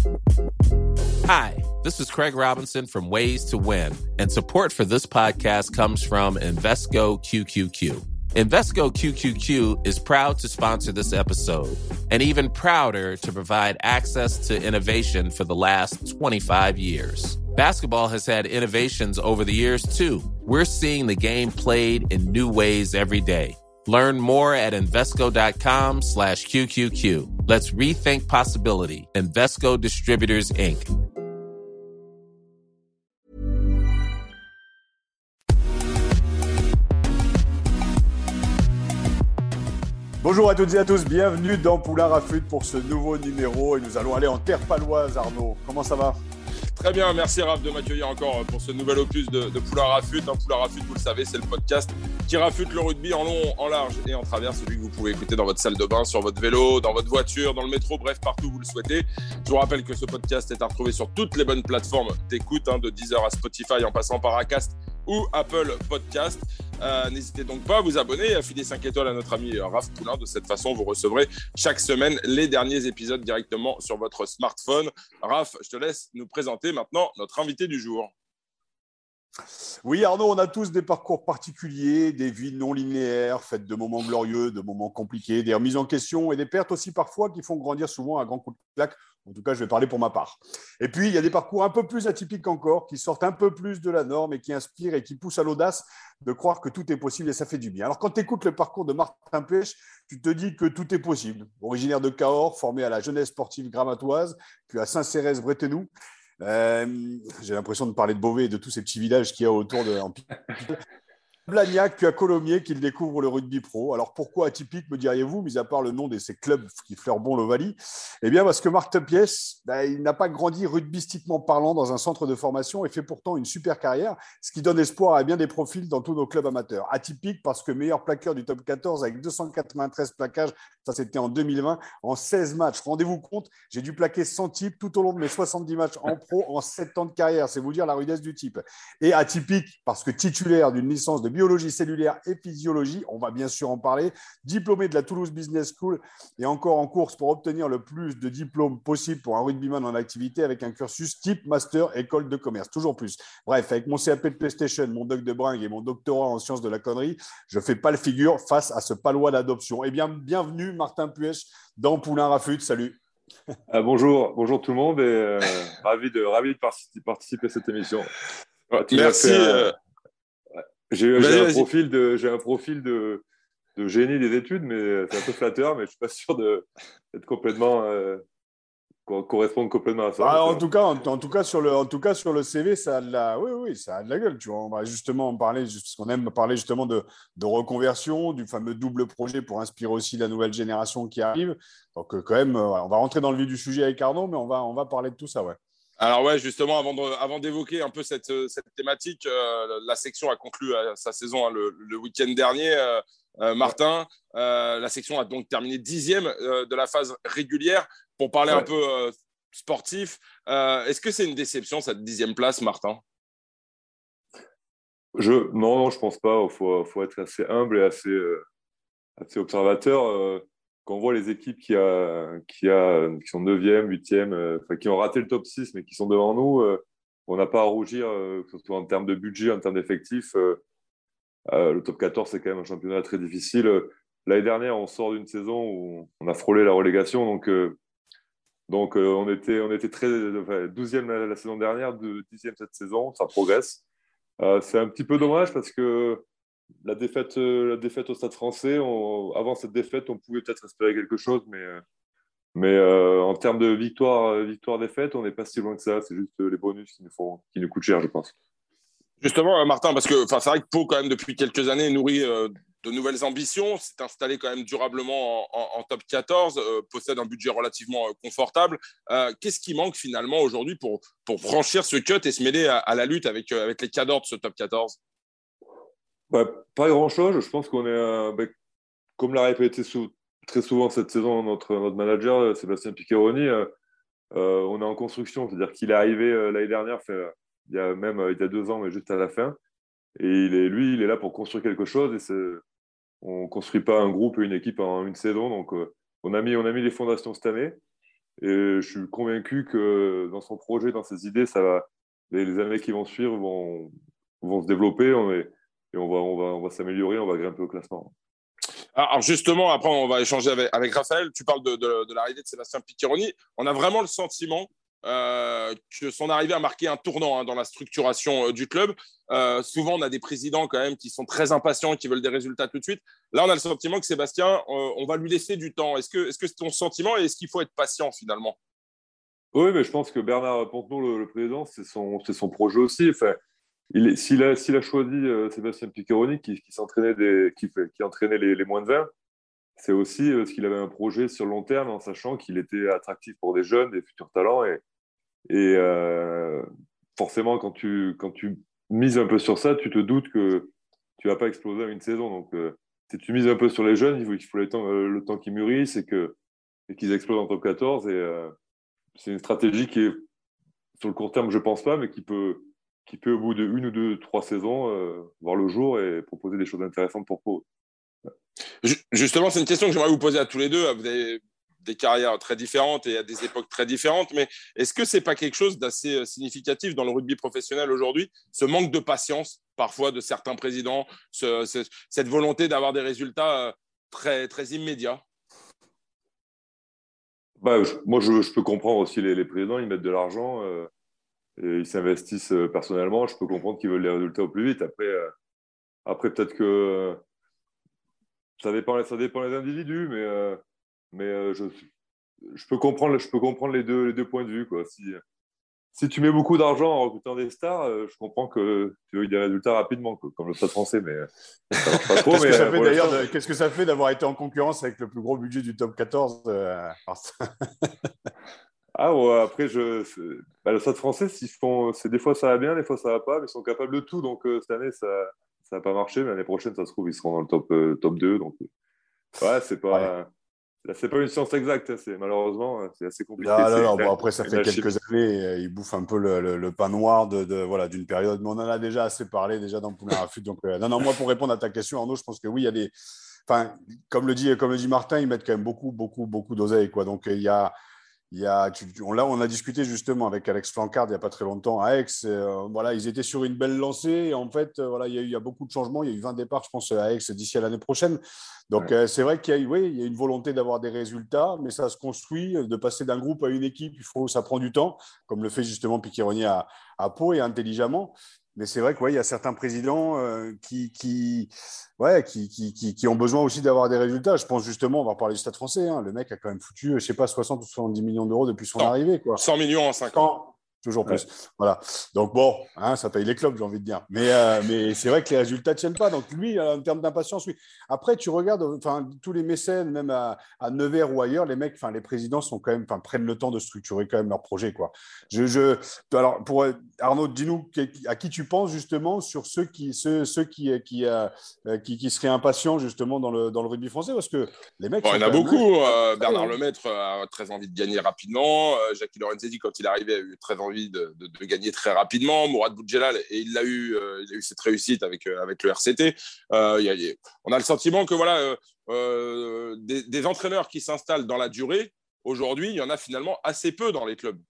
Hi, this is Craig Robinson from Ways to Win, and support for this podcast comes from Invesco QQQ. Invesco QQQ is proud to sponsor this episode, and even prouder to provide access to innovation for the last 25 years. Basketball has had innovations over the years, too. We're seeing the game played in new ways every day. Learn more at Invesco.com/QQQ. Let's rethink possibility. Invesco Distributors, Inc. Bonjour à toutes et à tous, bienvenue dans Poulain Rafut pour ce nouveau numéro et nous allons aller en terre paloise. Arnaud, comment ça va ? Très bien, merci Raph de m'accueillir encore pour ce nouvel opus de Poulain Rafut. Poulain Rafut, vous le savez, c'est le podcast qui rafute le rugby en long, en large et en travers, celui que vous pouvez écouter dans votre salle de bain, sur votre vélo, dans votre voiture, dans le métro, bref, partout où vous le souhaitez. Je vous rappelle que ce podcast est à retrouver sur toutes les bonnes plateformes d'écoute, de Deezer à Spotify en passant par Acast ou Apple Podcast. N'hésitez donc pas à vous abonner et à filer 5 étoiles à notre ami Raph Poulain. De cette façon, vous recevrez chaque semaine les derniers épisodes directement sur votre smartphone. Raph, je te laisse nous présenter maintenant notre invité du jour. Oui, Arnaud, on a tous des parcours particuliers, des vies non linéaires, faites de moments glorieux, de moments compliqués, des remises en question et des pertes aussi parfois qui font grandir souvent à grands coups de claque. En tout cas, je vais parler pour ma part. Et puis, il y a des parcours un peu plus atypiques encore, qui sortent un peu plus de la norme et qui inspirent et qui poussent à l'audace de croire que tout est possible et ça fait du bien. Alors, quand tu écoutes le parcours de Martin Puech, tu te dis que tout est possible. Originaire de Cahors, formé à la jeunesse sportive gramatoise, puis à Saint-Cérès-Bretenoux. J'ai l'impression de parler de Beauvais et de tous ces petits villages qu'il y a autour de Blagnac, puis à Colomiers qu'il découvre le rugby pro. Alors pourquoi atypique, me diriez-vous, mis à part le nom de ces clubs qui fleurent bon l'Ovalie ? Eh bien parce que Martin Puech, il n'a pas grandi rugbystiquement parlant dans un centre de formation et fait pourtant une super carrière, ce qui donne espoir à bien des profils dans tous nos clubs amateurs. Atypique parce que meilleur plaqueur du top 14 avec 293 plaquages, ça c'était en 2020, en 16 matchs. Rendez-vous compte, j'ai dû plaquer 100 types tout au long de mes 70 matchs en pro en 7 ans de carrière. C'est vous dire la rudesse du type. Et atypique parce que titulaire d'une licence de biologie cellulaire et physiologie, on va bien sûr en parler, diplômé de la Toulouse Business School et encore en course pour obtenir le plus de diplômes possible pour un rugbyman en activité avec un cursus type master école de commerce, toujours plus. Bref, avec mon CAP de PlayStation, mon doc de bringue et mon doctorat en sciences de la connerie, je fais pas le figure face à ce palois d'adoption. Eh bien, bienvenue Martin Puech dans Poulain Rafut, salut. Bonjour tout le monde et ravi de participer à cette émission. Merci. J'ai un profil de génie des études, mais c'est un peu flatteur, mais je suis pas sûr d'être complètement correspondre complètement à ça. En tout cas sur le CV, ça a de la, oui, ça a de la gueule. Tu vois, on va justement en parler, parce qu'on aime parler justement de reconversion, du fameux double projet pour inspirer aussi la nouvelle génération qui arrive. Donc quand même, on va rentrer dans le vif du sujet avec Arnaud, mais on va parler de tout ça, ouais. Alors ouais, justement, avant d'évoquer un peu cette thématique, la section a conclu sa saison le week-end dernier. Martin, la section a donc terminé 10e de la phase régulière. Pour parler un peu sportif, est-ce que c'est une déception cette 10e place, Martin ? Non, je pense pas. Faut être assez humble et assez observateur. Quand on voit les équipes qui sont 9e, 8e, qui ont raté le top 6, mais qui sont devant nous, on n'a pas à rougir, que ce soit en termes de budget, en termes d'effectifs. Le top 14, c'est quand même un championnat très difficile. L'année dernière, on sort d'une saison où on a frôlé la relégation. Donc on était 12e la saison dernière, 10e cette saison, ça progresse. C'est un petit peu dommage parce que la défaite au Stade Français, avant cette défaite, on pouvait peut-être espérer quelque chose, mais en termes de victoire-défaite, on n'est pas si loin que ça. C'est juste les bonus qui nous coûtent cher, je pense. Justement, Martin, parce que c'est vrai que Pau, quand même, depuis quelques années, nourrit de nouvelles ambitions, s'est installé quand même durablement en top 14, possède un budget relativement confortable. Qu'est-ce qui manque finalement aujourd'hui pour franchir ce cut et se mêler à la lutte avec les cadors de ce top 14 ? Pas grand-chose. Je pense qu'on est, comme l'a répété très souvent cette saison notre manager, Sébastien Piccheroni, on est en construction. C'est-à-dire qu'il est arrivé l'année dernière, il y a 2 ans, mais juste à la fin. Et il est là pour construire quelque chose. Et on ne construit pas un groupe et une équipe en une saison. Donc, on a mis les fondations cette année. Et je suis convaincu que dans son projet, dans ses idées, les années qui vont suivre vont se développer et on va s'améliorer, on va grimper au classement. Alors justement, après, on va échanger avec Raphaël. Tu parles de l'arrivée de Sébastien Picchieroni. On a vraiment le sentiment que son arrivée a marqué un tournant dans la structuration du club. Souvent, on a des présidents quand même qui sont très impatients, qui veulent des résultats tout de suite. Là, on a le sentiment que Sébastien, on va lui laisser du temps. Est-ce que c'est ton sentiment et est-ce qu'il faut être patient finalement? Oui, mais je pense que Bernard Pontenot, le président, c'est son projet aussi. Enfin, s'il a choisi Sébastien Picchieroni qui entraînait les moins de 20, c'est aussi parce qu'il avait un projet sur le long terme en sachant qu'il était attractif pour des jeunes, des futurs talents. Et forcément, quand tu mises un peu sur ça, tu te doutes que tu ne vas pas exploser en une saison. Donc, si tu mises un peu sur les jeunes, il faut le temps qu'ils mûrissent et qu'ils explosent en top 14. Et c'est une stratégie qui est, sur le court terme, je ne pense pas, mais qui peut au bout de 1 ou 2, 3 saisons, voir le jour et proposer des choses intéressantes pour Pau. Justement, c'est une question que j'aimerais vous poser à tous les deux. Vous avez des carrières très différentes et à des époques très différentes, mais est-ce que c'est pas quelque chose d'assez significatif dans le rugby professionnel aujourd'hui, ce manque de patience parfois de certains présidents, cette volonté d'avoir des résultats très, très immédiats? Moi, je peux comprendre aussi les présidents, ils mettent de l'argent et ils s'investissent personnellement. Je peux comprendre qu'ils veulent les résultats au plus vite. Après peut-être que ça dépend des individus, mais je peux comprendre les deux points de vue, quoi. Si tu mets beaucoup d'argent en recrutant des stars, je comprends que tu veux eu des résultats rapidement, quoi, comme le Stade Français, mais ça marche pas trop. Qu'est-ce que ça fait d'avoir été en concurrence avec le plus gros budget du top 14 Ah ouais, après, le Stade Français, des fois ça va bien, des fois ça va pas, mais ils sont capables de tout. Donc cette année, ça n'a pas marché, mais l'année prochaine, ça se trouve, ils seront dans le top 2. Donc, ouais, c'est pas une science exacte. Malheureusement, c'est assez compliqué. Non. Bon, après, ça fait quelques années, ils bouffent un peu le pain noir voilà, d'une période. Mais on en a déjà assez parlé déjà dans Poulain Rafut. Donc, non, moi, pour répondre à ta question, Arnaud, je pense que oui, il y a des. Enfin, comme le dit Martin, ils mettent quand même beaucoup d'oseille, quoi. Donc, on a discuté justement avec Alex Flancard il n'y a pas très longtemps à Aix. Voilà, ils étaient sur une belle lancée. Et en fait, voilà, il y a beaucoup de changements. Il y a eu 20 départs, je pense, à Aix d'ici à l'année prochaine. Donc, c'est vrai qu'il y a une volonté d'avoir des résultats, mais ça se construit. De passer d'un groupe à une équipe, ça prend du temps, comme le fait justement Picchieroni à Pau et intelligemment. Mais c'est vrai qu'il y a certains présidents qui ont besoin aussi d'avoir des résultats. Je pense justement, on va reparler du Stade Français. Le mec a quand même foutu, je ne sais pas, 60 ou 70 millions d'euros depuis son arrivée, quoi. 100 millions en 5 ans. Toujours plus. Voilà. Donc bon, ça paye les clubs, j'ai envie de dire. Mais c'est vrai que les résultats ne tiennent pas. Donc lui, en termes d'impatience, oui. Après, tu regardes, tous les mécènes, même à Nevers ou ailleurs, les mecs, les présidents sont quand même, prennent le temps de structurer quand même leur projet, quoi. Alors, pour Arnaud, dis-nous à qui tu penses justement sur ceux qui seraient impatients justement dans le rugby français, parce que les mecs. Bon, il y en a beaucoup. Bernard Lemaître a très envie de gagner rapidement. Jackie Lorenzetti, quand il est arrivé, a eu très envie de gagner très rapidement. Mourad Boudjelal, et il a eu cette réussite avec le RCT. On a le sentiment que voilà, des entraîneurs qui s'installent dans la durée, aujourd'hui, il y en a finalement assez peu dans les clubs.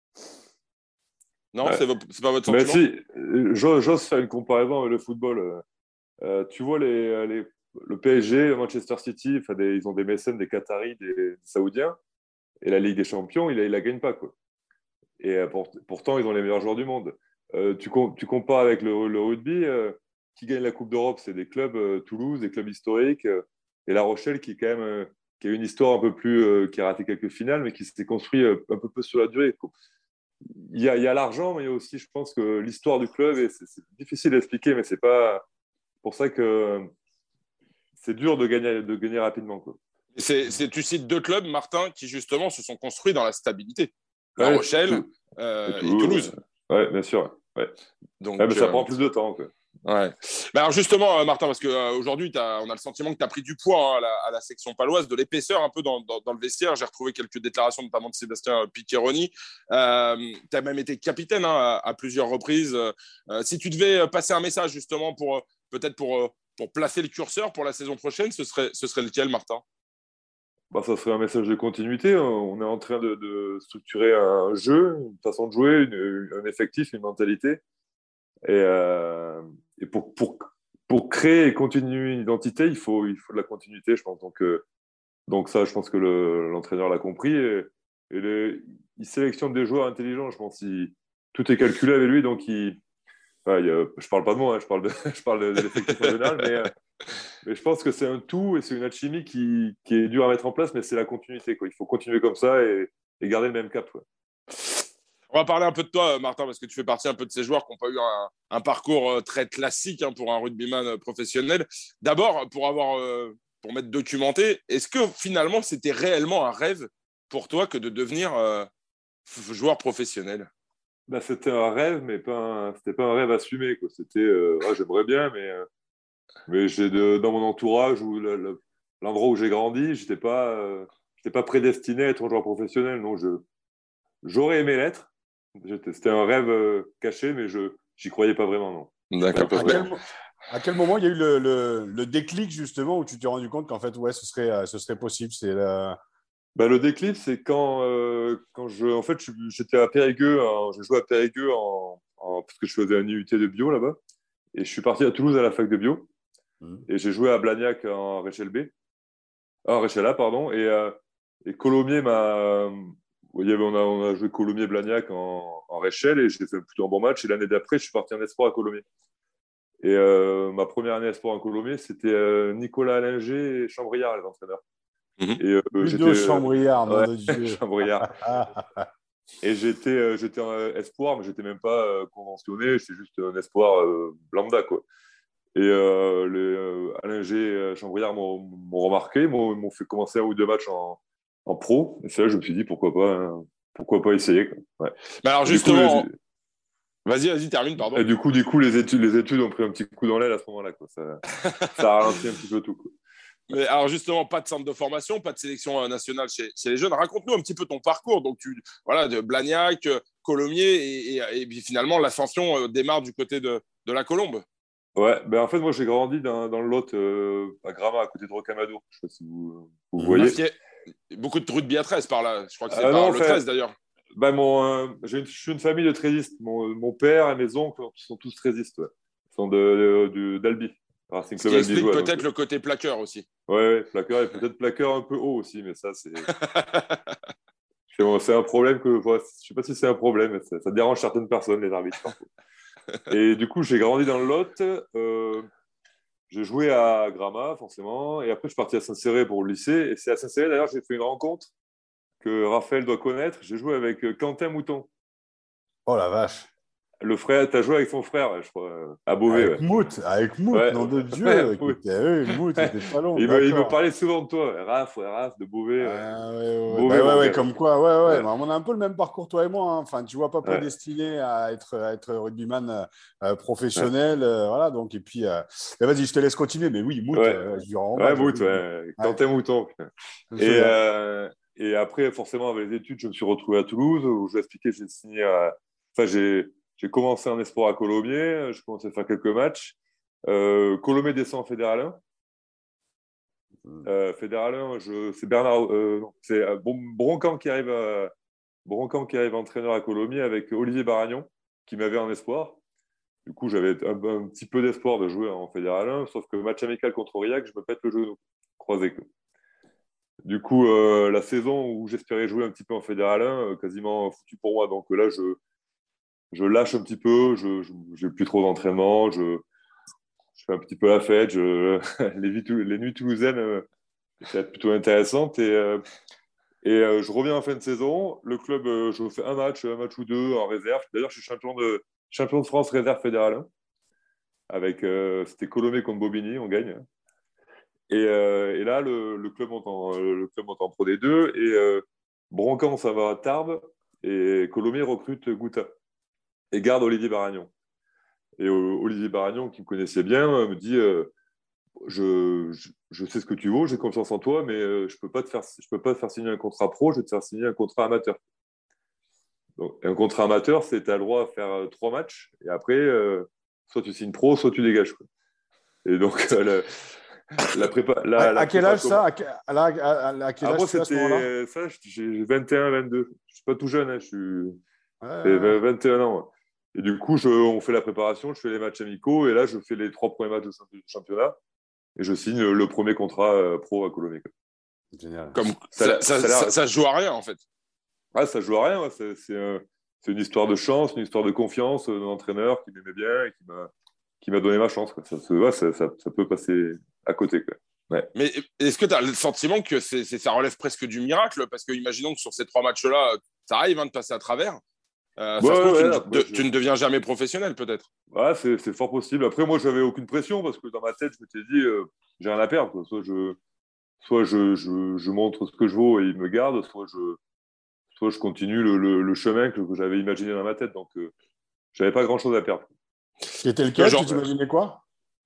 Non, c'est pas votre sentiment? Si, j'ose faire une comparaison avec le football. Tu vois le PSG, Manchester City, ils ont des mécènes, des Qataris, des Saoudiens, et la Ligue des Champions, ils la gagnent pas, quoi. Et pourtant, ils ont les meilleurs joueurs du monde. Tu compares avec le rugby, qui gagne la Coupe d'Europe, c'est des clubs Toulouse, des clubs historiques, et La Rochelle qui quand même qui a une histoire un peu plus, qui a raté quelques finales, mais qui s'est construit un peu plus sur la durée, quoi. Il y a l'argent, mais il y a aussi, je pense que l'histoire du club, et c'est difficile à expliquer, mais c'est pas pour ça que c'est dur de gagner rapidement, quoi. Tu cites 2 clubs, Martin, qui justement se sont construits dans la stabilité. La Rochelle et Toulouse. Oui, bien sûr. Ouais. Donc, mais ça prend plus de temps, quoi. Ouais. Alors justement, Martin, parce qu'aujourd'hui, on a le sentiment que tu as pris du poids à la section paloise, de l'épaisseur un peu dans le vestiaire. J'ai retrouvé quelques déclarations, notamment de Sébastien Picchieroni. Tu as même été capitaine à plusieurs reprises. Si tu devais passer un message justement peut-être pour placer le curseur pour la saison prochaine, ce serait lequel, Martin? Ça serait un message de continuité. On est en train de structurer un jeu, une façon de jouer, un effectif, une mentalité. Et pour créer et continuer une identité, il faut de la continuité, je pense. Donc ça, je pense que l'entraîneur l'a compris. Il sélectionne des joueurs intelligents, je pense. Tout est calculé avec lui, donc je parle pas de moi, hein, je parle de l'effectif en général, mais je pense que c'est un tout et c'est une alchimie qui est dure à mettre en place, mais c'est la continuité, quoi. Il faut continuer comme ça et garder le même cap, quoi. On va parler un peu de toi, Martin, parce que tu fais partie un peu de ces joueurs qui n'ont pas eu un parcours très classique pour un rugbyman professionnel. D'abord, pour m'être documenté, est-ce que finalement c'était réellement un rêve pour toi que de devenir joueur professionnel? C'était un rêve, mais c'était pas un rêve assumé, quoi. C'était j'aimerais bien, mais dans mon entourage ou l'endroit où j'ai grandi, j'étais pas prédestiné à être un joueur professionnel. Non, j'aurais aimé l'être. C'était un rêve caché, mais j'y croyais pas vraiment, non. D'accord. À quel moment il y a eu le déclic, justement, où tu t'es rendu compte qu'en fait, ouais, ce serait possible? Le déclic, c'est quand j'étais à Périgueux, j'ai joué à Périgueux parce que je faisais un IUT de bio là-bas. Et je suis parti à Toulouse à la fac de bio. Et j'ai joué à Blagnac en Réchelle B. Réchelle A, pardon. Et Colomiers on a joué Colomiers-Blagnac en Réchelle et j'ai fait plutôt un bon match. Et l'année d'après, je suis parti en espoir à Colomiers. Et ma première année espoir en Colomiers, c'était Nicolas Allinger et Chambriard, les entraîneurs. Et Ludo Chambriard, nom de Dieu. Chambriard. Et j'étais en espoir, mais j'étais même pas conventionné. J'étais juste un espoir lambda, quoi. Et Allinger et Chambriard m'ont remarqué, m'ont fait commencer 1 ou 2 matchs en pro. Et c'est là que je me suis dit pourquoi pas essayer, quoi. Ouais. Mais alors justement, vas-y, termine, pardon. Et du coup, les études ont pris un petit coup dans l'aile à ce moment-là, quoi. Ça a ralenti un petit peu tout, quoi. Mais alors justement, pas de centre de formation, pas de sélection nationale chez les jeunes. Raconte-nous un petit peu ton parcours. Donc de Blagnac, Colomiers et puis finalement l'ascension démarre du côté de la Colombe. Ouais, en fait moi j'ai grandi dans le Lot à Gramat à côté de Rocamadour. Je sais pas si vous voyez. Beaucoup de rugby à 13 par là. Je crois que c'est le 13 d'ailleurs. Je suis une famille de treizistes. Mon père et mes oncles sont tous treizistes. Ouais. Ils sont d'Albi. Ce qui explique peut-être le côté plaqueur aussi. Ouais, plaqueur et peut-être plaqueur un peu haut aussi, mais ça, c'est un problème je sais pas si c'est un problème, mais ça dérange certaines personnes, les arbitres, parfois. Et du coup, j'ai grandi dans le Lot. J'ai joué à Gramat, forcément, et après, je suis parti à Saint-Céré pour le lycée. Et c'est à Saint-Céré, d'ailleurs, j'ai fait une rencontre que Raphaël doit connaître. J'ai joué avec Quentin Mouton. Oh la vache! Le frère, t'as joué avec son frère, je crois, à Beauvais. Avec Mout, ouais. Nom de Dieu. Ouais, Mout, c'était pas long. Il me parlait souvent de toi, Raph de Beauvais. Ouais, comme quoi, ouais. On a un peu le même parcours, toi et moi. Hein. Enfin, tu vois, pas prédestiné à être rugbyman professionnel. Voilà, donc, et puis, vas-y, je te laisse continuer, mais oui, Mout, je lui rends hommage. Mout, Quentin Mouton. Et après, forcément, avec les études, je me suis retrouvé à Toulouse, où je vais expliquer, j'ai signé j'ai commencé en espoir à Colomiers, j'ai commencé à faire quelques matchs. Colomiers descend en Fédéral 1. Fédéral 1, c'est Bernard, c'est Broncan qui arrive entraîneur à Colomiers avec Olivier Baragnon, qui m'avait en espoir. Du coup, j'avais un petit peu d'espoir de jouer en Fédéral 1, sauf que match amical contre Aurillac, je me pète le genou, croisé. Du coup, la saison où j'espérais jouer un petit peu en Fédéral 1, quasiment foutu pour moi. Donc là, je lâche un petit peu, je n'ai plus trop d'entraînement, je fais un petit peu la fête, les nuits toulousaines c'est plutôt intéressantes et je reviens en fin de saison. Le club, je fais un match ou 2 en réserve. D'ailleurs, je suis champion de France réserve fédéral 1 avec c'était Colomiers contre Bobigny, on gagne. Et là, le club monte en Pro D2 et Broncan, ça va à Tarbes et Colomiers recrute Gouta et garde Olivier Baragnon. Et Olivier Baragnon, qui me connaissait bien, me dit je sais ce que tu vaux, j'ai confiance en toi, mais je peux pas te faire signer un contrat pro, je vais te faire signer un contrat amateur. Donc, un contrat amateur, c'est tu as le droit à faire 3 matchs, et après, soit tu signes pro, soit tu dégages, quoi. Et donc, La prépa, À quel âge ça? À quel âge moi, tu as à ce moment-là? c'était ça, j'ai 21, 22. Je suis pas tout jeune, hein, j'ai Ouais. 21 ans. Et du coup, on fait la préparation, je fais les matchs amicaux, et là, je fais les 3 premiers matchs de championnat, et je signe le premier contrat pro à Colomiers. Génial. Comme Ça, ça se joue à rien, en fait. ça joue à rien. Ouais. C'est une histoire de chance, une histoire de confiance d'un entraîneur qui m'aimait bien et qui m'a donné ma chance. Quoi. Ça peut passer à côté. Quoi. Ouais. Mais est-ce que tu as le sentiment que ça relève presque du miracle? Parce que imaginons que sur ces 3 matchs-là, ça arrive de passer à travers. Ça se trouve, tu ne deviens jamais professionnel, peut-être. Ouais, c'est fort possible. Après, moi, j'avais aucune pression parce que dans ma tête, je m'étais dit, j'ai rien à perdre. Quoi. Soit je montre ce que je vaux et il me garde, soit je continue le chemin que j'avais imaginé dans ma tête. Donc, j'avais pas grand-chose à perdre. Qui était lequel? Tu t'imaginais quoi?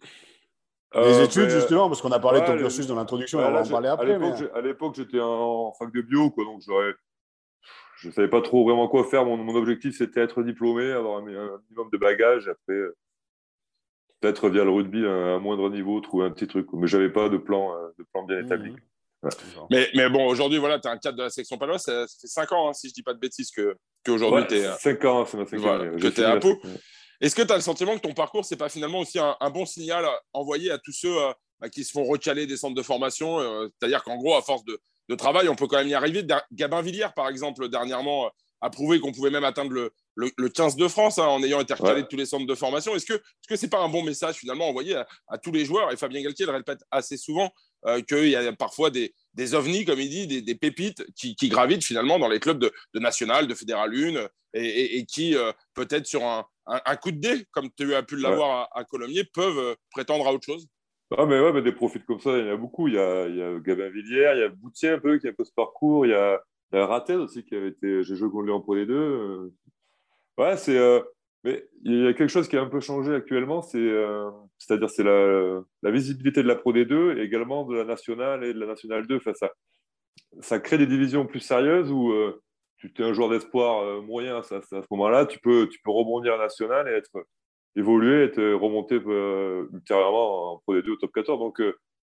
Les études, justement, parce qu'on a parlé de ton cursus dans l'introduction, on va en parler après. À l'époque, j'étais en fac de bio, quoi, donc je ne savais pas trop vraiment quoi faire. Mon objectif, c'était être diplômé, avoir un minimum de bagages. Après, peut-être via le rugby, à un moindre niveau, trouver un petit truc. Mais je n'avais pas de plan bien établi. Ouais. Mais bon, aujourd'hui, voilà, tu as un cadre de la section paloise. Ça fait 5 ans, hein, si je ne dis pas de bêtises, qu'aujourd'hui, tu es. 5 ans, c'est ma 5 voilà, année. Que tu es à Pau. Est-ce que tu as le sentiment que ton parcours, c'est pas finalement aussi un bon signal envoyé à tous ceux qui se font recaler des centres de formation? C'est-à-dire qu'en gros, à force de travail, on peut quand même y arriver. Gabin Villière, par exemple, dernièrement, a prouvé qu'on pouvait même atteindre le 15 de France en ayant été recalé de tous les centres de formation. Est-ce que c'est pas un bon message finalement envoyé à tous les joueurs? Et Fabien Galtier le répète assez souvent qu'il y a parfois des ovnis, comme il dit, des pépites qui gravitent finalement dans les clubs de National, de Fédéral 1 et qui, peut-être sur un coup de dé, comme tu as pu l'avoir à Colomiers, peuvent prétendre à autre chose. Ah, mais des profils comme ça, il y en a beaucoup. Il y a Gabin Villière, il y a Boutier un peu qui a fait ce parcours, il y a Rattel aussi qui avait été. J'ai joué contre lui en Pro D2. Ouais, mais il y a quelque chose qui a un peu changé actuellement, c'est-à-dire c'est la visibilité de la Pro D2 et également de la Nationale et de la Nationale 2. Enfin, ça crée des divisions plus sérieuses où tu es un joueur d'espoir moyen à ce moment-là, tu peux rebondir à National et évoluer et te remonter ultérieurement en Pro D2 au top 14. Donc,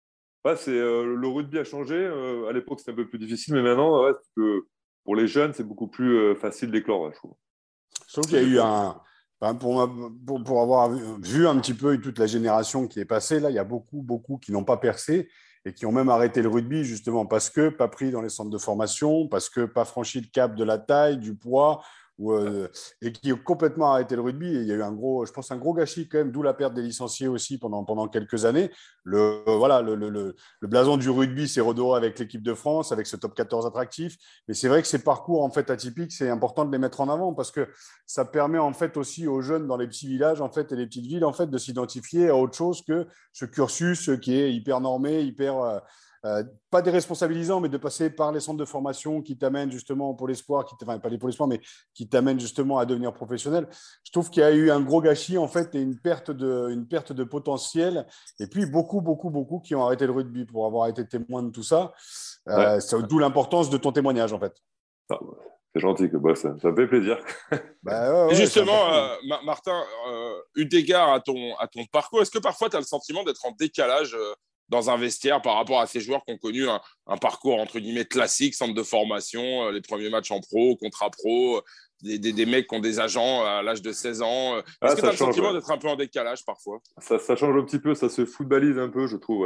le rugby a changé. À l'époque, c'était un peu plus difficile, mais maintenant, pour les jeunes, c'est beaucoup plus facile d'éclore, je trouve. Je trouve qu'il y a eu pour avoir vu un petit peu toute la génération qui est passée, là, il y a beaucoup qui n'ont pas percé et qui ont même arrêté le rugby justement parce que pas pris dans les centres de formation, parce que pas franchi le cap de la taille, du poids, et qui ont complètement arrêté le rugby. Et il y a eu un gros gâchis quand même, d'où la perte des licenciés aussi pendant quelques années. Le blason du rugby s'est redoré avec l'équipe de France, avec ce top 14 attractif. Mais c'est vrai que ces parcours en fait atypiques, c'est important de les mettre en avant parce que ça permet en fait aussi aux jeunes dans les petits villages en fait et les petites villes en fait de s'identifier à autre chose que ce cursus qui est hyper normé, pas déresponsabilisant, mais de passer par les centres de formation qui t'amènent justement au Pôle Espoir, pas les Pôle Espoir, mais qui t'amènent justement à devenir professionnel. Je trouve qu'il y a eu un gros gâchis en fait et une perte de potentiel. Et puis beaucoup qui ont arrêté le rugby pour avoir été témoins de tout ça. D'où l'importance de ton témoignage en fait. C'est gentil, ça me fait plaisir. Et justement, Martin, eu égard à ton parcours, est-ce que parfois tu as le sentiment d'être en décalage dans un vestiaire par rapport à ces joueurs qui ont connu un parcours entre guillemets classique, centre de formation, les premiers matchs en pro, contrat pro, des mecs qui ont des agents à l'âge de 16 ans? Est-ce que tu as le sentiment d'être un peu en décalage parfois? Ça change un petit peu, ça se footballise un peu, je trouve.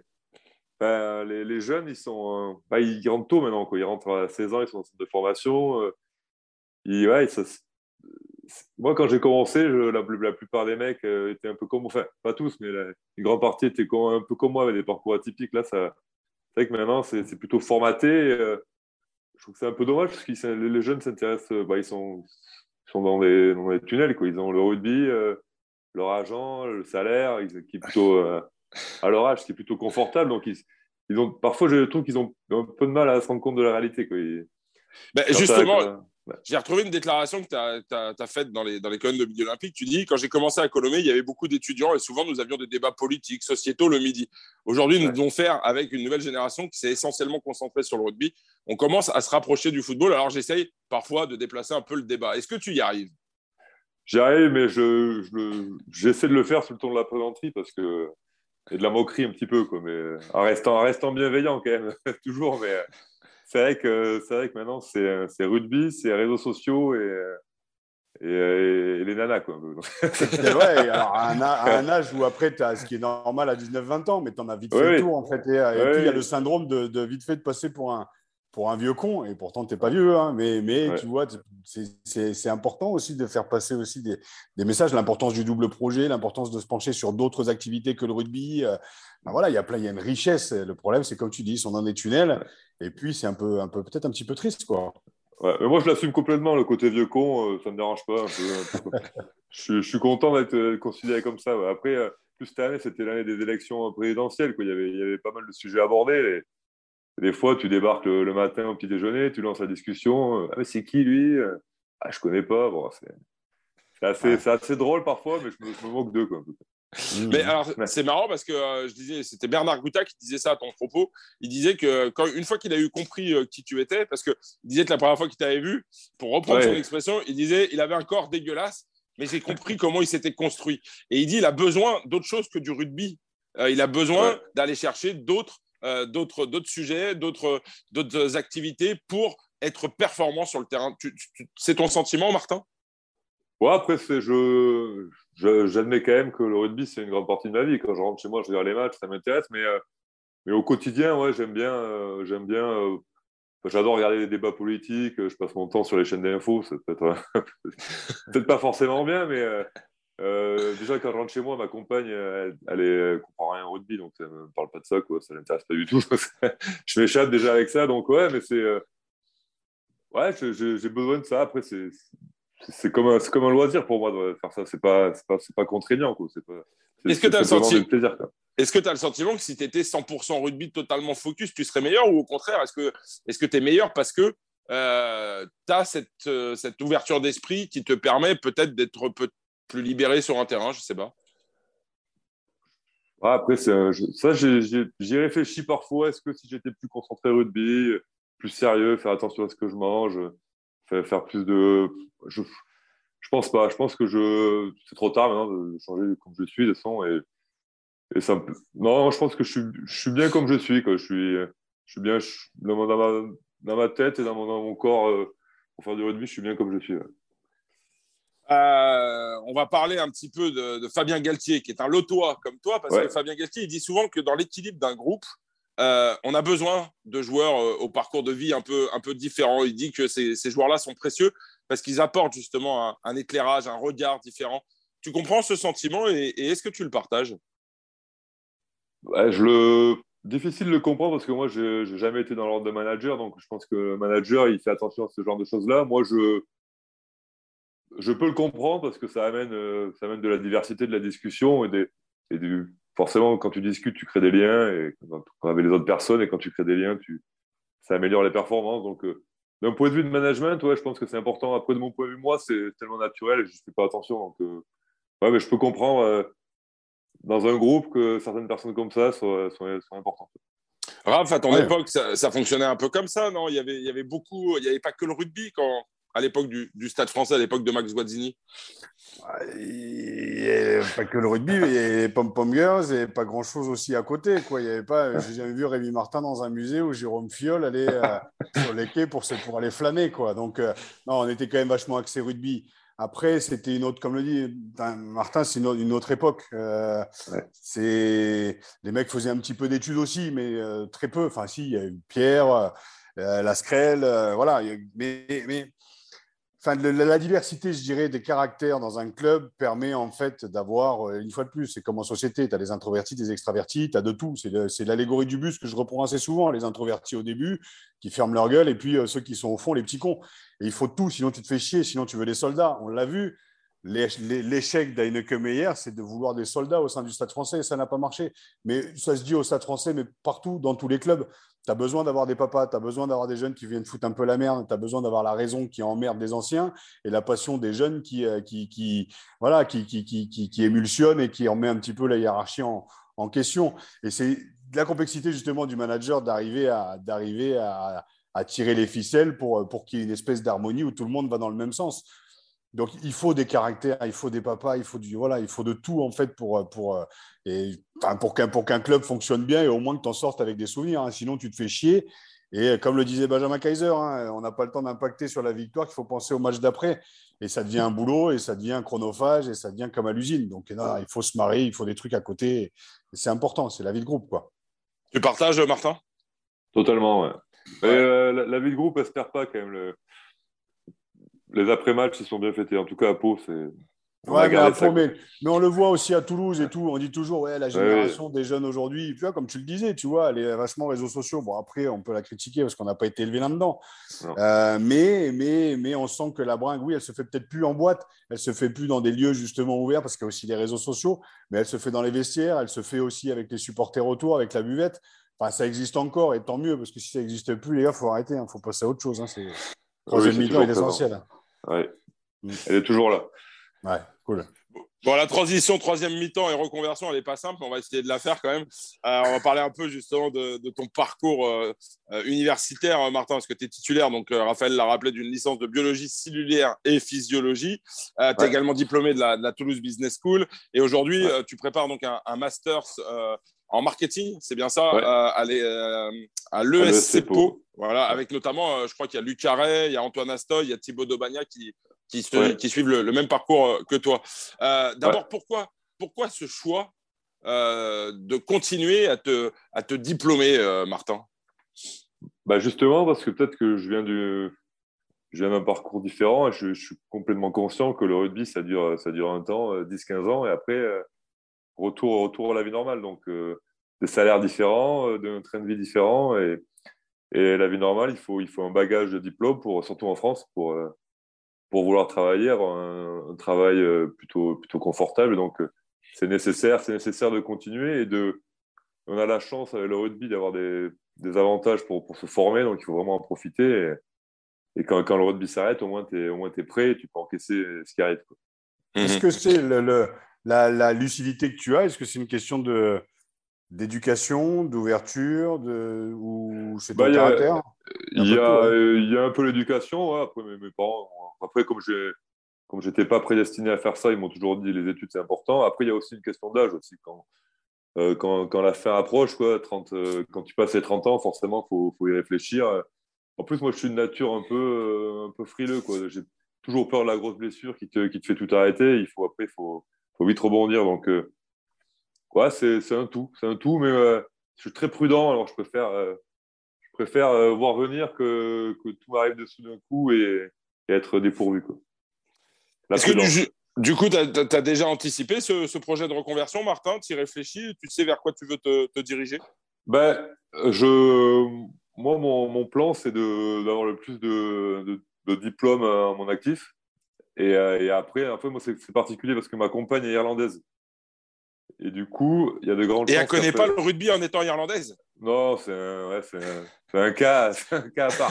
Les jeunes, ils rentrent tôt maintenant, quoi. Ils rentrent à 16 ans, ils sont en centre de formation. Moi, quand j'ai commencé, la plupart des mecs étaient un peu comme moi. Enfin, pas tous, mais une grande partie était un peu comme moi, avec des parcours atypiques. Là, c'est vrai que maintenant, c'est plutôt formaté. Je trouve que c'est un peu dommage parce que les jeunes s'intéressent. Ils sont dans des tunnels, quoi. Ils ont le rugby, leur agent, le salaire, qui est plutôt, à leur âge, qui est plutôt confortable. Donc, parfois, je trouve qu'ils ont un peu de mal à se rendre compte de la réalité, quoi. Justement, j'ai retrouvé une déclaration que tu as faite dans les colonnes de Midi Olympique. Tu dis: quand j'ai commencé à Colomiers, il y avait beaucoup d'étudiants et souvent nous avions des débats politiques, sociétaux le midi. Aujourd'hui, nous devons faire avec une nouvelle génération qui s'est essentiellement concentrée sur le rugby. On commence à se rapprocher du football. Alors j'essaye parfois de déplacer un peu le débat. Est-ce que tu y arrives? J'y arrive, mais j'essaie de le faire sur le ton de la plaisanterie parce que et de la moquerie un petit peu, quoi, mais en restant bienveillant quand même, toujours. Mais c'est vrai que maintenant, c'est rugby, c'est réseaux sociaux et les nanas, quoi. Ouais, alors à un âge où après, tu as ce qui est normal à 19-20 ans, mais tu en as vite Oui, fait le oui. tour, en fait. Et puis, il y a le syndrome de vite fait de passer pour un vieux con, et pourtant, tu n'es pas vieux, hein, mais Ouais. tu vois, c'est important aussi de faire passer aussi des messages, l'importance du double projet, l'importance de se pencher sur d'autres activités que le rugby. Ben voilà, il y a une richesse. Le problème, c'est comme tu dis, ils sont dans des tunnels, et puis c'est peut-être un petit peu triste, quoi. Ouais, mais moi, je l'assume complètement, le côté vieux con, ça me dérange pas. Un peu. Je suis content d'être considéré comme ça. Ouais. Après, plus cette année, c'était l'année des élections présidentielles, quoi. Il y avait pas mal de sujets abordés. Et des fois, tu débarques le matin au petit déjeuner, tu lances la discussion. Ah, mais c'est qui lui? Ah, je connais pas. Bon, Ouais. c'est assez drôle parfois, mais je me moque d'eux, quoi. Mais Mmh. alors, c'est marrant parce que je disais, c'était Bernard Gouta qui disait ça à ton propos. Il disait que une fois qu'il a eu compris qui tu étais, parce qu'il disait que la première fois qu'il t'avait vu, pour reprendre son Ouais, expression, il disait il avait un corps dégueulasse, mais j'ai compris comment il s'était construit. Et il dit il a besoin d'autre chose que du rugby. Il a besoin ouais. d'aller chercher d'autres sujets, d'autres activités pour être performant sur le terrain. C'est ton sentiment, Martin? Bon, après, j'admets quand même que le rugby, c'est une grande partie de ma vie. Quand je rentre chez moi, je regarde les matchs, ça m'intéresse. Mais au quotidien, ouais, j'aime bien. J'adore regarder les débats politiques. Je passe mon temps sur les chaînes d'infos. C'est peut-être pas forcément bien, mais déjà, quand je rentre chez moi, ma compagne, elle comprend rien au rugby, donc elle me parle pas de ça, quoi. Ça l'intéresse pas du tout. Je m'échappe déjà avec ça, donc ouais, mais ouais, j'ai besoin de ça. Après, c'est comme un loisir pour moi de faire ça. C'est pas contraignant, quoi. Est-ce que tu as le C'est vraiment du senti, plaisir, quoi. Est-ce que tu as le sentiment que si tu étais 100% rugby totalement focus, tu serais meilleur ou au contraire, est-ce que tu es meilleur parce que tu as cette ouverture d'esprit qui te permet peut-être d'être plus libéré sur un terrain, je sais pas. Ouais, après, j'y réfléchis parfois. Est-ce que si j'étais plus concentré rugby, plus sérieux, faire attention à ce que je mange, faire plus de. Je pense pas. Je pense que c'est trop tard maintenant de changer comme je suis, de toute façon. Et ça non, je pense que je suis bien comme je suis, quoi. Je suis bien dans ma tête et dans mon corps. Pour faire du rugby, je suis bien comme je suis. Ouais. On va parler un petit peu de Fabien Galtier, qui est un lotois comme toi, parce que Ouais. Fabien Galtier, il dit souvent que dans l'équilibre d'un groupe, on a besoin de joueurs au parcours de vie un peu différent. Il dit que ces joueurs-là sont précieux parce qu'ils apportent justement un éclairage, un regard différent. Tu comprends ce sentiment et est-ce que tu le partages? Ouais, difficile de le comprendre parce que moi, j'ai jamais été dans l'ordre de manager, donc je pense que le manager, il fait attention à ce genre de choses-là. Moi, je peux le comprendre parce que ça amène de la diversité de la discussion forcément, quand tu discutes, tu crées des liens avec les autres personnes et quand tu crées des liens, ça améliore les performances. Donc, d'un point de vue de management, ouais, je pense que c'est important. Après, de mon point de vue, moi, c'est tellement naturel et je ne fais pas attention. Donc, ouais, mais je peux comprendre dans un groupe que certaines personnes comme ça sont importantes. Raph, à ton Ouais. époque, ça fonctionnait un peu comme ça, non? Il y avait beaucoup, il n'y avait pas que le rugby à l'époque du Stade français, à l'époque de Max Guazzini. Il n'y avait pas que le rugby, il y avait les pom-pom girls et pas grand-chose aussi à côté, quoi. Il y avait pas, j'ai jamais vu Rémi Martin dans un musée où Jérôme Fiol allait sur les quais pour aller flâner, quoi. Donc, non, on était quand même vachement axé rugby. Après, c'était une autre, comme le dit Martin, c'est une autre époque. Ouais. Les mecs faisaient un petit peu d'études aussi, mais très peu. Enfin, si, il y a eu Pierre, Lascrel, voilà. Mais enfin, la diversité, je dirais, des caractères dans un club permet en fait d'avoir, une fois de plus, c'est comme en société, tu as des introvertis, des extravertis, tu as de tout. C'est l'allégorie du bus que je reprends assez souvent, les introvertis au début, qui ferment leur gueule, et puis ceux qui sont au fond, les petits cons. Et il faut tout, sinon tu te fais chier, sinon tu veux des soldats. On l'a vu, l'échec d'Heineke Meyer, c'est de vouloir des soldats au sein du Stade français, et ça n'a pas marché. Mais ça se dit au Stade français, mais partout, dans tous les clubs. Tu as besoin d'avoir des papas, tu as besoin d'avoir des jeunes qui viennent foutre un peu la merde, tu as besoin d'avoir la raison qui emmerde des anciens et la passion des jeunes voilà, qui émulsionne et qui en met un petit peu la hiérarchie en question. Et c'est de la complexité justement du manager d'arriver à tirer les ficelles pour qu'il y ait une espèce d'harmonie où tout le monde va dans le même sens. Donc, il faut des caractères, il faut des papas, il faut de tout, en fait, pour qu'un club fonctionne bien et au moins que tu en sortes avec des souvenirs. Hein. Sinon, tu te fais chier. Et comme le disait Benjamin Kaiser, hein, on n'a pas le temps d'impacter sur la victoire, qu'il faut penser au match d'après. Et ça devient un boulot, et ça devient chronophage, et ça devient comme à l'usine. Donc, non, il faut se marrer, il faut des trucs à côté. Et c'est important, c'est la vie de groupe, quoi. Tu partages, Martin? Totalement, ouais. Ouais. La vie de groupe, elle se perd pas quand même. Les après-matchs, ils sont bien fêtés. En tout cas, à Pau, on a Ouais, gardé ça. mais on le voit aussi à Toulouse et tout. On dit toujours, ouais, la Ouais, génération des jeunes aujourd'hui, tu vois, comme tu le disais, tu vois, elle est vachement réseaux sociaux. Bon, après, on peut la critiquer parce qu'on n'a pas été élevé là-dedans. Non. Mais on sent que la bringue, oui, elle se fait peut-être plus en boîte, elle se fait plus dans des lieux justement ouverts parce qu'il y a aussi les réseaux sociaux, mais elle se fait dans les vestiaires, elle se fait aussi avec les supporters autour, avec la buvette. Enfin, ça existe encore et tant mieux parce que si ça n'existe plus, les gars, il faut arrêter, il faut passer à autre chose. Hein. Oui, Troisième c'est mi-temps est toujours présent. essentiel. Ouais. Elle est toujours là. Ouais, cool. Bon, la transition troisième mi-temps et reconversion, elle n'est pas simple, mais on va essayer de la faire quand même. On va parler un peu justement de ton parcours universitaire, Martin, parce que tu es titulaire, donc Raphaël l'a rappelé, d'une licence de biologie cellulaire et physiologie. Tu es également diplômé de la Toulouse Business School et aujourd'hui, tu prépares donc un master's en marketing, c'est bien ça, à l'ESC Pau. Voilà, avec notamment, je crois qu'il y a Luc Carré, il y a Antoine Astoy, il y a Thibaut Daubagna qui suivent le même parcours que toi. D'abord, pourquoi ce choix de continuer à te diplômer, Martin? Bah justement, parce que peut-être que je viens d'un parcours différent et je suis complètement conscient que le rugby, ça dure un temps, 10-15 ans, et après, retour à la vie normale. Donc, des salaires différents, d'un train de vie différent, et la vie normale, il faut un bagage de diplôme, surtout en France, pour vouloir travailler, avoir un travail plutôt confortable. Donc, c'est nécessaire de continuer on a la chance avec le rugby d'avoir des avantages pour se former, donc il faut vraiment en profiter. Et quand le rugby s'arrête, au moins t'es prêt et tu peux encaisser ce qui arrive, quoi. Est-ce que c'est la lucidité que tu as? Est-ce que c'est une question d'éducation, d'ouverture, ou c'est ton caractère? Il y a un peu l'éducation. Ouais. Après, mes parents, après, comme j'étais pas prédestiné à faire ça, ils m'ont toujours dit les études c'est important. Après, il y a aussi une question d'âge aussi. Quand la fin approche, quoi, quand tu passes les 30 ans, forcément, faut y réfléchir. En plus, moi, je suis de nature un peu frileux, quoi. J'ai toujours peur de la grosse blessure qui te fait tout arrêter. Il faut vite rebondir. Donc, ouais, c'est un tout. C'est un tout, mais je suis très prudent. Alors, je préfère voir venir que tout m'arrive dessus d'un coup et être dépourvu, quoi. Est-ce que du coup, tu as déjà anticipé ce projet de reconversion, Martin? Tu y réfléchis? Tu sais vers quoi tu veux te diriger? Ben, moi, mon plan, c'est d'avoir le plus de diplômes à mon actif. Et après, un peu, moi, c'est particulier parce que ma compagne est irlandaise. Et du coup, il y a de grandes chances. Et elle ne connaît pas le rugby en étant irlandaise? Non, c'est un cas à part.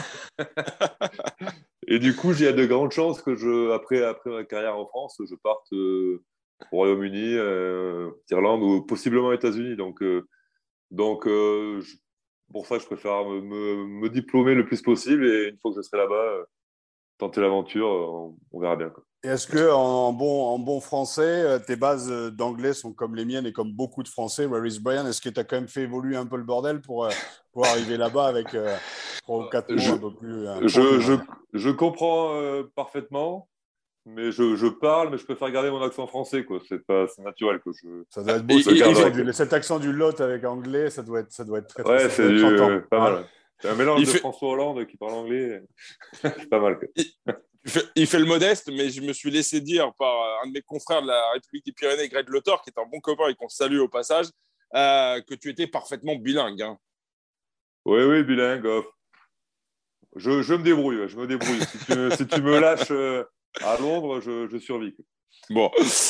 Et du coup, il y a de grandes chances que après ma carrière en France, je parte au Royaume-Uni, Irlande ou possiblement aux États-Unis. Pour ça, je préfère me diplômer le plus possible et une fois que je serai là-bas, tenter l'aventure, on verra bien, quoi. Et est-ce que en bon français, tes bases d'anglais sont comme les miennes et comme beaucoup de Français, where is Brian? Est-ce que tu as quand même fait évoluer un peu le bordel pour arriver là-bas avec 3 ou 4 mots un peu plus polis? Je comprends parfaitement, mais je parle, mais je préfère garder mon accent français, quoi. C'est naturel, quoi. Ça doit être beau, cet accent du Lot avec anglais, ça doit être très, très, ouais, ça doit être chantant. pas mal. C'est un mélange de François Hollande qui parle anglais. C'est pas mal, quoi. Il fait le modeste, mais je me suis laissé dire par un de mes confrères de la République des Pyrénées, Greg Lothor, qui est un bon copain et qu'on salue au passage, que tu étais parfaitement bilingue. Hein. Oui, bilingue. Je me débrouille. Si tu me lâches à Londres, je survis. Bon.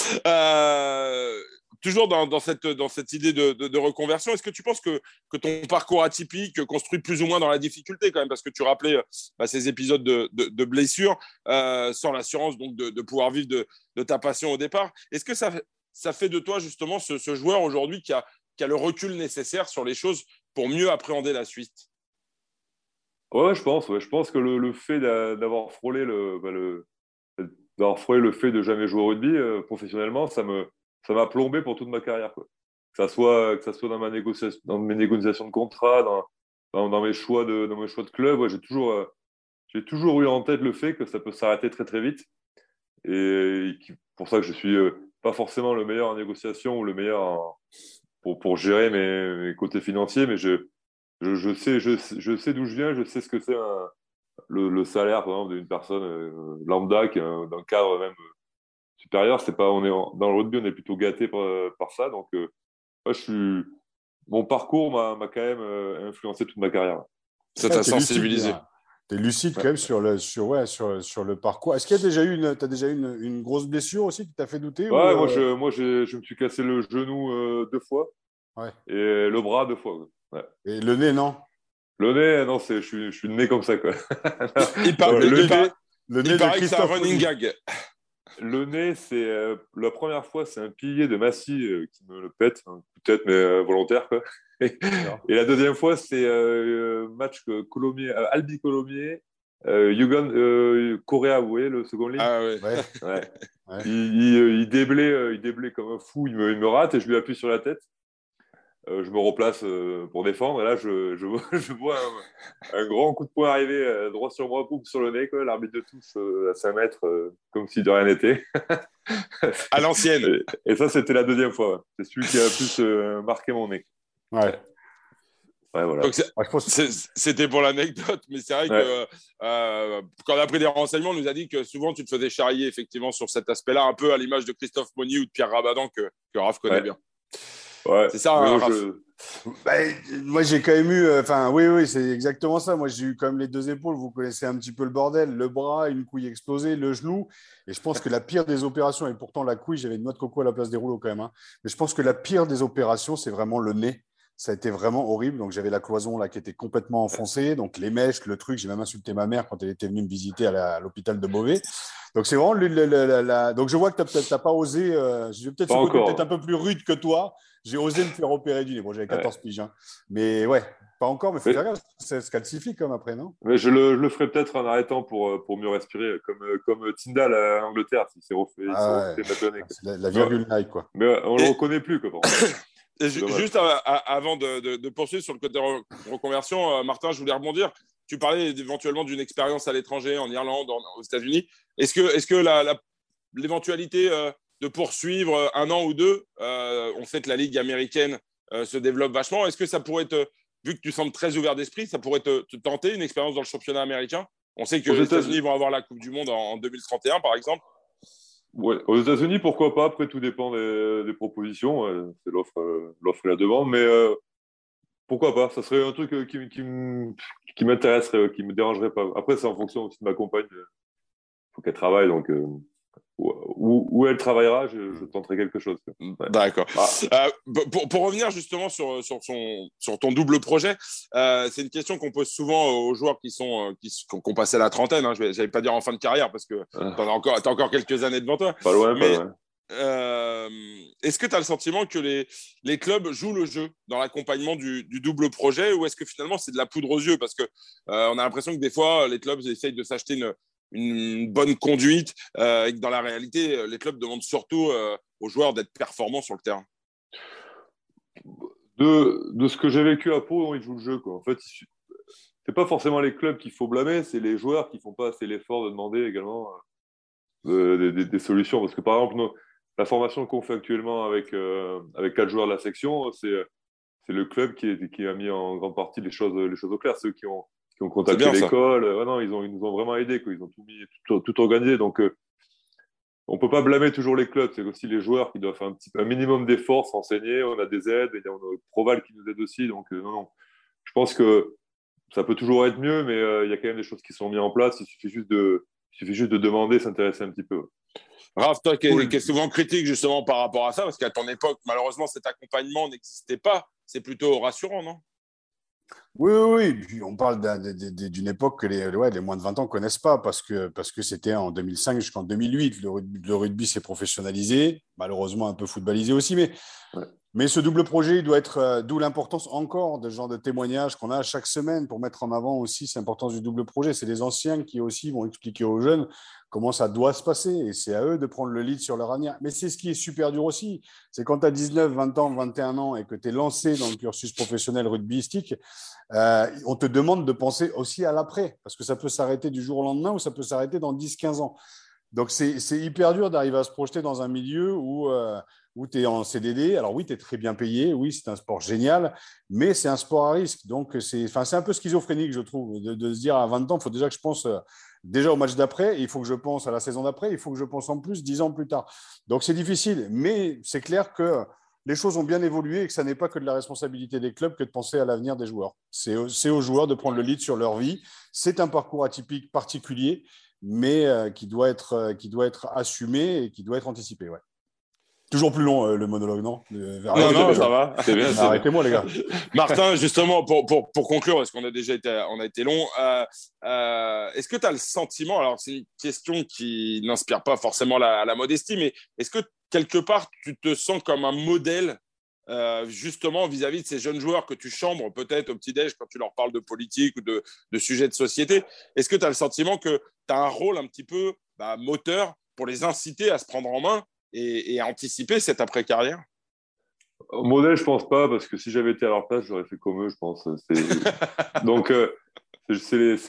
Toujours dans cette idée de reconversion, est-ce que tu penses que ton parcours atypique construit plus ou moins dans la difficulté quand même, parce que tu rappelais ces épisodes de blessures, sans l'assurance donc de pouvoir vivre de ta passion au départ. Est-ce que ça fait de toi justement ce joueur aujourd'hui qui a le recul nécessaire sur les choses pour mieux appréhender la suite? Ouais, je pense que le fait d'avoir frôlé d'avoir frôlé le fait de jamais jouer au rugby professionnellement, ça m'a plombé pour toute ma carrière, quoi. Que ça soit dans dans mes négociations de contrat, dans mes choix de club. Ouais, j'ai toujours eu en tête le fait que ça peut s'arrêter très très vite. Pour ça que je suis pas forcément le meilleur en négociation ou le meilleur pour gérer mes côtés financiers, mais je sais d'où je viens, je sais ce que c'est le salaire, par exemple, d'une personne lambda, d'un cadre même supérieur. C'est pas, dans le rugby, on est plutôt gâté par ça. Donc, moi, mon parcours m'a quand même influencé toute ma carrière. Ça t'a sensibilisé. Tu es lucide quand même sur le parcours. Est-ce qu'il y a déjà eu t'as déjà eu une grosse blessure aussi qui t'a fait douter? Ouais, moi, je me suis cassé le genou 2 fois et le bras 2 fois. Ouais. Et le nez, non? Le nez, non, je suis né comme ça, quoi. Il paraît que c'est un running gag. Le nez, c'est la première fois, c'est un pilier de Massy qui me le pète, hein, peut-être, mais volontaire, quoi. Et la deuxième fois, c'est match Colomiers, Albi Colomiers, Correa, vous voyez, le second ligne. Ah ouais. Ouais. Il déblait comme un fou, il me rate et je lui appuie sur la tête. Je me replace pour défendre et là je vois un grand coup de poing arriver droit sur moi, pouf, sur le nez, quoi. L'arbitre de touche à 5 mètres comme si de rien n'était. À l'ancienne. Et ça, c'était la deuxième fois. Ouais. C'est celui qui a le plus marqué mon nez. Ouais. Ouais, voilà. Donc c'était pour l'anecdote, mais c'est vrai que quand on a pris des renseignements, on nous a dit que souvent tu te faisais charrier effectivement sur cet aspect-là, un peu à l'image de Christophe Monnier ou de Pierre Rabadan que Raph connaît bien. Ouais. C'est ça, hein, Raph. Moi, j'ai quand même eu. Oui, c'est exactement ça. Moi, j'ai eu quand même les 2 épaules. Vous connaissez un petit peu le bordel. Le bras, une couille explosée, le genou. Et je pense que la pire des opérations, et pourtant la couille, j'avais une noix de coco à la place des rouleaux quand même. Hein, mais je pense que la pire des opérations, c'est vraiment le nez. Ça a été vraiment horrible. Donc, j'avais la cloison là qui était complètement enfoncée. Donc, les mèches, le truc. J'ai même insulté ma mère quand elle était venue me visiter à l'hôpital de Beauvais. Donc, c'est vraiment Donc, je vois que tu n'as pas osé. J'ai peut-être ce côté peut-être un peu plus rude que toi. J'ai osé me faire opérer du nez. Bon, j'avais 14 piges. Hein. Mais ouais, pas encore. Mais il faut faire gaffe. Ça se calcifie comme après, non? Mais je le ferai peut-être en arrêtant pour mieux respirer, comme Tyndall à Angleterre. Il s'est refait mettre le nez. C'est la virgule Nike, quoi. Mais on ne le reconnaît plus, quoi. Juste avant de poursuivre sur le côté reconversion, Martin, je voulais rebondir. Tu parlais éventuellement d'une expérience à l'étranger, en Irlande, aux États-Unis. Est-ce que l'éventualité de poursuivre 1 an ou 2, on sait que la Ligue américaine se développe vachement. Est-ce que ça pourrait vu que tu sembles très ouvert d'esprit, ça pourrait te tenter une expérience dans le championnat américain? On sait que les États-Unis vont avoir la Coupe du Monde en 2031, par exemple. Ouais, aux États-Unis, pourquoi pas? Après, tout dépend des propositions. C'est l'offre et la demande. Mais pourquoi pas? Ça serait un truc qui m'intéresserait, qui me dérangerait pas. Après, c'est en fonction aussi de ma compagne. Il faut qu'elle travaille. Donc, où elle travaillera, je tenterai quelque chose. Ouais. D'accord. Pour revenir justement sur ton double projet, c'est une question qu'on pose souvent aux joueurs qui ont passé la trentaine. Hein. Je n'allais pas dire en fin de carrière parce que t'as encore quelques années devant toi. Pas loin. Est-ce que tu as le sentiment que les clubs jouent le jeu dans l'accompagnement du double projet, ou est-ce que finalement c'est de la poudre aux yeux? Parce que on a l'impression que des fois les clubs essayent de s'acheter une bonne conduite et que dans la réalité, les clubs demandent surtout aux joueurs d'être performants sur le terrain. De ce que j'ai vécu à Pau, ils jouent le jeu, quoi. En fait, c'est pas forcément les clubs qu'il faut blâmer, c'est les joueurs qui font pas assez l'effort de demander également des solutions. Parce que par exemple, la formation qu'on fait actuellement avec 4 joueurs de la section, c'est le club qui a mis en grande partie les choses au clair. Ceux qui ont contacté l'école. Non, ils nous ont vraiment aidés, quoi. Ils ont tout organisé. Donc, on ne peut pas blâmer toujours les clubs. C'est aussi les joueurs qui doivent faire un minimum d'efforts, s'enseigner. On a des aides, on a Proval qui nous aide aussi. Donc, non. Je pense que ça peut toujours être mieux, mais il y a quand même des choses qui sont mises en place. Il suffit juste de demander, s'intéresser un petit peu. Raph, toi qui es souvent critique justement par rapport à ça, parce qu'à ton époque, malheureusement, cet accompagnement n'existait pas. C'est plutôt rassurant, non? Oui. Puis on parle d'une époque que les moins de 20 ans ne connaissent pas parce que c'était en 2005 jusqu'en 2008. Le rugby s'est professionnalisé, malheureusement un peu footballisé aussi. Mais ce double projet, il doit être d'où l'importance encore de ce genre de témoignages qu'on a chaque semaine pour mettre en avant aussi l'importance du double projet. C'est les anciens qui aussi vont expliquer aux jeunes comment ça doit se passer. Et c'est à eux de prendre le lead sur leur avenir. Mais c'est ce qui est super dur aussi. C'est quand tu as 19, 20 ans, 21 ans et que tu es lancé dans le cursus professionnel rugbyistique, on te demande de penser aussi à l'après. Parce que ça peut s'arrêter du jour au lendemain ou ça peut s'arrêter dans 10, 15 ans. Donc, c'est hyper dur d'arriver à se projeter dans un milieu où tu es en CDD. Alors oui, tu es très bien payé. Oui, c'est un sport génial, mais c'est un sport à risque. Donc, c'est un peu schizophrénique, je trouve, de se dire à 20 ans, il faut déjà que je pense déjà au match d'après, il faut que je pense à la saison d'après, il faut que je pense en plus 10 ans plus tard. Donc, c'est difficile, mais c'est clair que les choses ont bien évolué et que ça n'est pas que de la responsabilité des clubs que de penser à l'avenir des joueurs. C'est aux joueurs de prendre le lead sur leur vie. C'est un parcours atypique particulier, mais qui doit être assumé et qui doit être anticipé. Ouais. Toujours plus long le monologue, non? Non, ça va. C'est bien. Arrêtez-moi, les gars. Martin, justement, pour conclure, parce qu'on a déjà été long, est-ce que tu as le sentiment, alors c'est une question qui n'inspire pas forcément la modestie, mais est-ce que quelque part tu te sens comme un modèle justement vis-à-vis de ces jeunes joueurs que tu chambres peut-être au petit-déj quand tu leur parles de politique ou de sujets de société? Est-ce que tu as le sentiment que tu as un rôle un petit peu moteur pour les inciter à se prendre en main et à anticiper cette après-carrière? Modèle, je pense pas, parce que si j'avais été à leur place, j'aurais fait comme eux, je pense. Donc, c'est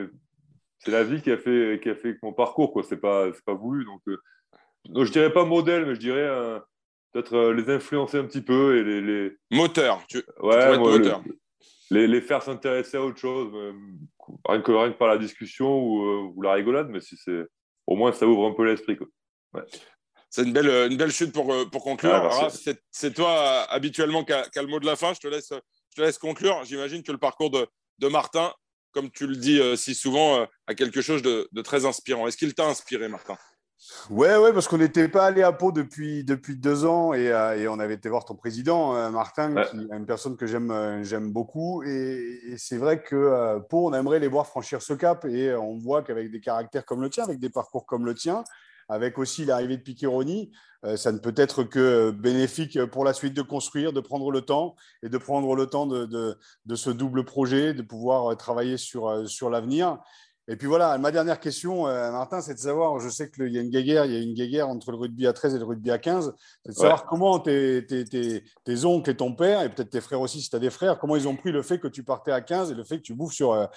la vie qui a fait mon parcours, quoi. C'est pas voulu. Donc, je dirais pas modèle, mais je dirais peut-être les influencer un petit peu et les moteur. Tu pourrais être moteur. Les faire s'intéresser à autre chose, rien que par la discussion ou la rigolade, mais si c'est au moins ça ouvre un peu l'esprit, quoi. Ouais. C'est une belle chute pour conclure. Ah, c'est toi habituellement qui a le mot de la fin. Je te laisse conclure. J'imagine que le parcours de Martin, comme tu le dis si souvent, a quelque chose de très inspirant. Est-ce qu'il t'a inspiré, Martin? Ouais, parce qu'on n'était pas allé à Pau depuis 2 ans et on avait été voir ton président, Martin, qui est une personne que j'aime beaucoup. Et c'est vrai que Pau, on aimerait les voir franchir ce cap. Et on voit qu'avec des caractères comme le tien, avec des parcours comme le tien, avec aussi l'arrivée de Piccheroni, ça ne peut être que bénéfique pour la suite de construire, de prendre le temps et de prendre le temps de ce double projet, de pouvoir travailler sur l'avenir. Et puis voilà, ma dernière question, Martin, c'est de savoir, je sais qu'il y a une guéguerre entre le rugby à 13 et le rugby à 15, c'est de savoir comment tes oncles et ton père, et peut-être tes frères aussi si tu as des frères, comment ils ont pris le fait que tu partais à 15 et le fait que tu bouffes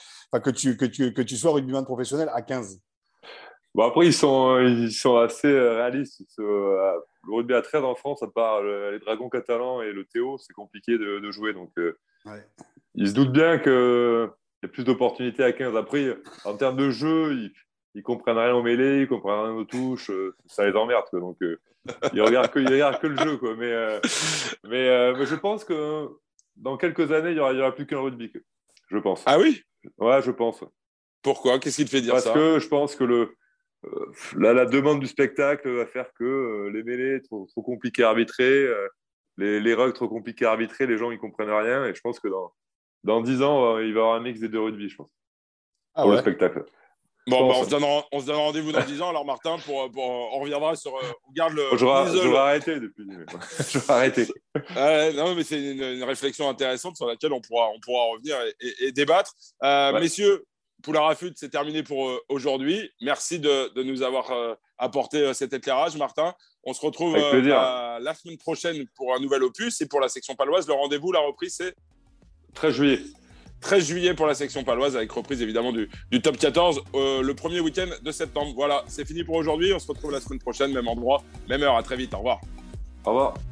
que tu sois rugbyman professionnel à 15. Bon, après, ils sont assez réalistes. Le rugby à 13 en France, à part les Dragons catalans et le Théo, c'est compliqué de jouer. Donc, ils se doutent bien qu'il y a plus d'opportunités à 15. Après, en termes de jeu, ils comprennent rien au mêlée, ils comprennent rien aux touches. Ça les emmerde, quoi. Donc, ils regardent que le jeu, quoi. Mais je pense que dans quelques années, il y aura plus qu'un rugby. Je pense. Ah oui? Ouais, je pense. Pourquoi? Qu'est-ce qui te fait dire ça? Parce que je pense que la demande du spectacle va faire que les mêlées trop compliquées à arbitrer, les rugs trop compliqués à arbitrer, les gens ils comprennent rien. Et je pense que dans 10 ans, il va y avoir un mix des deux rugby, je pense. Pour le spectacle. Bon, on se donne rendez-vous dans 10 ans. Alors, Martin, on reviendra sur. On garde le. J'aurais arrêté depuis. J'aurais arrêté. Non, mais c'est une réflexion intéressante sur laquelle on pourra revenir et débattre. Messieurs, Poulard-Affût, c'est terminé pour aujourd'hui. Merci de nous avoir apporté cet éclairage, Martin. On se retrouve la semaine prochaine pour un nouvel opus. Et pour la section paloise, le rendez-vous, la reprise, c'est 13 juillet. 13 juillet pour la section paloise, avec reprise évidemment du top 14 le premier week-end de septembre. Voilà, c'est fini pour aujourd'hui. On se retrouve la semaine prochaine, même endroit, même heure. À très vite. Au revoir. Au revoir.